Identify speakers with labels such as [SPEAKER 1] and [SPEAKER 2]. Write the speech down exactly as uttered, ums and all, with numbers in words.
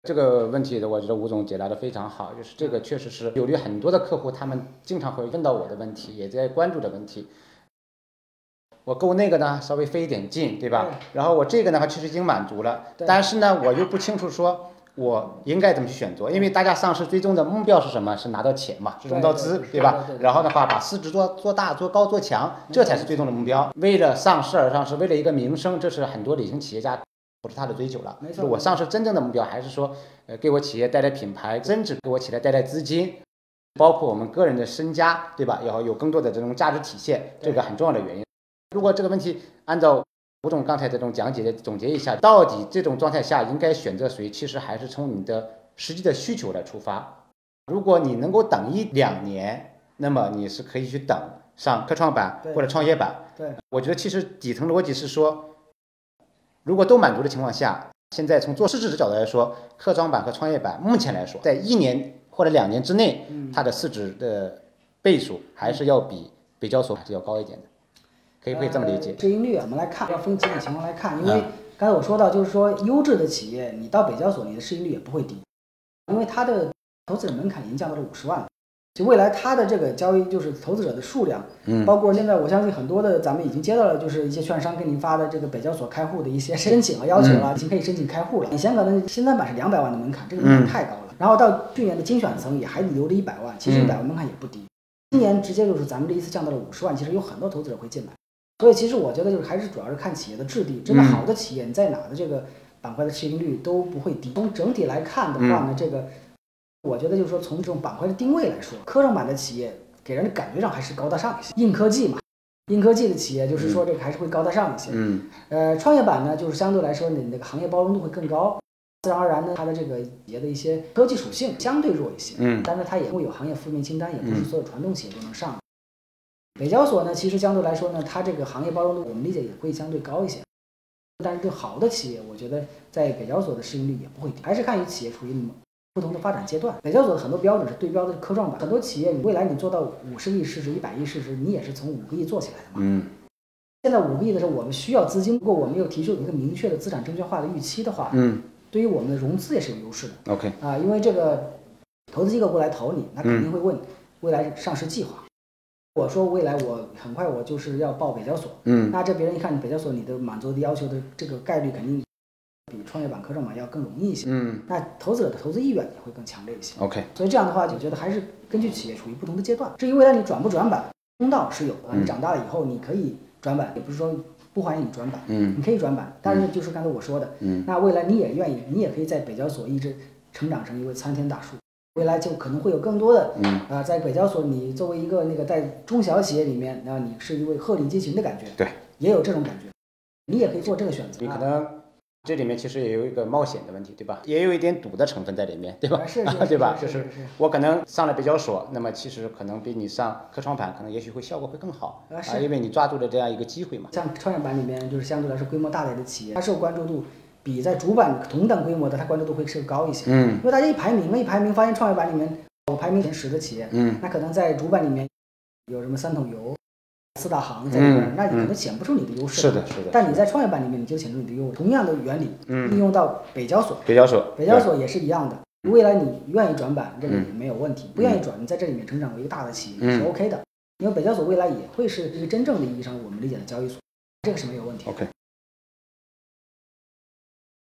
[SPEAKER 1] 这个问题的，我觉得吴总解答的非常好，就是这个确实是有利很多的客户，他们经常会问到我的问题，也在关注的问题。我购那个呢，稍微费一点劲，对吧？然后我这个呢，其实已经满足了，但是呢，我又不清楚说我应该怎么去选择，因为大家上市最终的目标是什么？是拿到钱嘛，是融到资，对吧？然后的话，把市值做做大、做高、做强，这才是最终的目标。为了上市而上市，为了一个名声，这是很多理性企业家不是他的追求了。没错，我上市真正的目标还是说，呃，给我企业带来品牌增值，给我企业带来资金，包括我们个人的身家，对吧？要有更多的这种价值体现，这个很重要的原因。如果这个问题按照吴总刚才这种讲解的总结一下，到底这种状态下应该选择谁？其实还是从你的实际的需求来出发。如果你能够等一两年，那么你是可以去等上科创板或者创业板。对，我觉得其实底层逻辑是说，如果都满足的情况下，现在从做市值的角度来说，科创板和创业板目前来说，在一年或者两年之内，它的市值的倍数还是要比北交所还是要高一点的。可以可以这么理解。
[SPEAKER 2] 市盈率我们来看，要分几种情况来看，因为刚才我说到，就是说优质的企业，你到北交所，你的市盈率也不会低，因为它的投资者门槛已经降到了五十万了。就未来它的这个交易就是投资者的数量，嗯，包括现在我相信很多的咱们已经接到了，就是一些券商给您发的这个北交所开户的一些申请了、要求了，已经可以申请开户了。以前可能新三板是两百万的门槛，这个门槛太高了。然后到去年的精选层也还留了一百万，其实一百万门槛也不低。今年直接就是咱们这一次降到了五十万，其实有很多投资者会进来。所以其实我觉得就是还是主要是看企业的质地，真的好的企业，你在哪的这个板块的市盈率都不会低。从整体来看的话呢，这个我觉得就是说从这种板块的定位来说，科创板的企业给人的感觉上还是高大上一些，硬科技嘛，硬科技的企业就是说这个还是会高大上一些。嗯，呃，创业板呢就是相对来说你那个行业包容度会更高，自然而然呢它的这个企业的一些科技属性相对弱一些。嗯，但是它也会有行业负面清单，也不是所有传统企业都能上。北交所呢，其实相对来说呢，它这个行业包容度我们理解也会相对高一些，但是对好的企业，我觉得在北交所的市盈率也不会低，还是看于企业处于不同的发展阶段。北交所的很多标准是对标的科创板，很多企业你未来你做到五十个亿市值、一百亿市值，你也是从五个亿做起来的嘛。嗯。现在五个亿的时候，我们需要资金，如果我们有提出一个明确的资产证券化的预期的话，嗯，对于我们的融资也是有优势的。OK。啊，因为这个投资机构过来投你，那肯定会问未来上市计划。我说未来我很快我就是要报北交所，嗯，那这别人一看你北交所，你的满足的要求的这个概率肯定比创业板、科创板要更容易一些，嗯，那投资者的投资意愿也会更强烈一些。OK， 所以这样的话，就觉得还是根据企业处于不同的阶段。至于未来你转不转板，通道是有的，你长大了以后你可以转板，也不是说不欢迎你转板，嗯，你可以转板，但是就是刚才我说的，嗯，那未来你也愿意，你也可以在北交所一直成长成一位参天大树。未来就可能会有更多的，嗯啊，在北交所，你作为一个那个在中小企业里面，那你是一位鹤立鸡群的感觉，对，也有这种感觉，你也可以做这个选择。你
[SPEAKER 1] 可能这里面其实也有一个冒险的问题，对吧？也有一点赌的成分在里面，对吧？
[SPEAKER 2] 是，
[SPEAKER 1] 对吧？就是我可能上了北交所，那么其实可能比你上科创板，可能也许会效果会更好啊，是，因为你抓住了这样一个机会嘛。
[SPEAKER 2] 像创业板里面，就是相对来说规模大点的企业，它受关注度。比在主板同等规模的，它关注度会是高一些。嗯，因为大家一排名，一排名发现创业板里面我排名前十的企业，嗯，那可能在主板里面有什么三桶油、四大行在里边，嗯，那你可能显不出你的优势。
[SPEAKER 1] 是的，是的。
[SPEAKER 2] 但你在创业板里面，你就显出你的优势。同样的原理，嗯，应用到北交所，
[SPEAKER 1] 北交所，
[SPEAKER 2] 北交所也是一样的。未来你愿意转板，这个也没有问题；不愿意转，你在这里面成长为一个大的企业也是 OK 的。因为北交所未来也会是一个真正的意义上我们理解的交易所，这个是没有问题。
[SPEAKER 1] OK。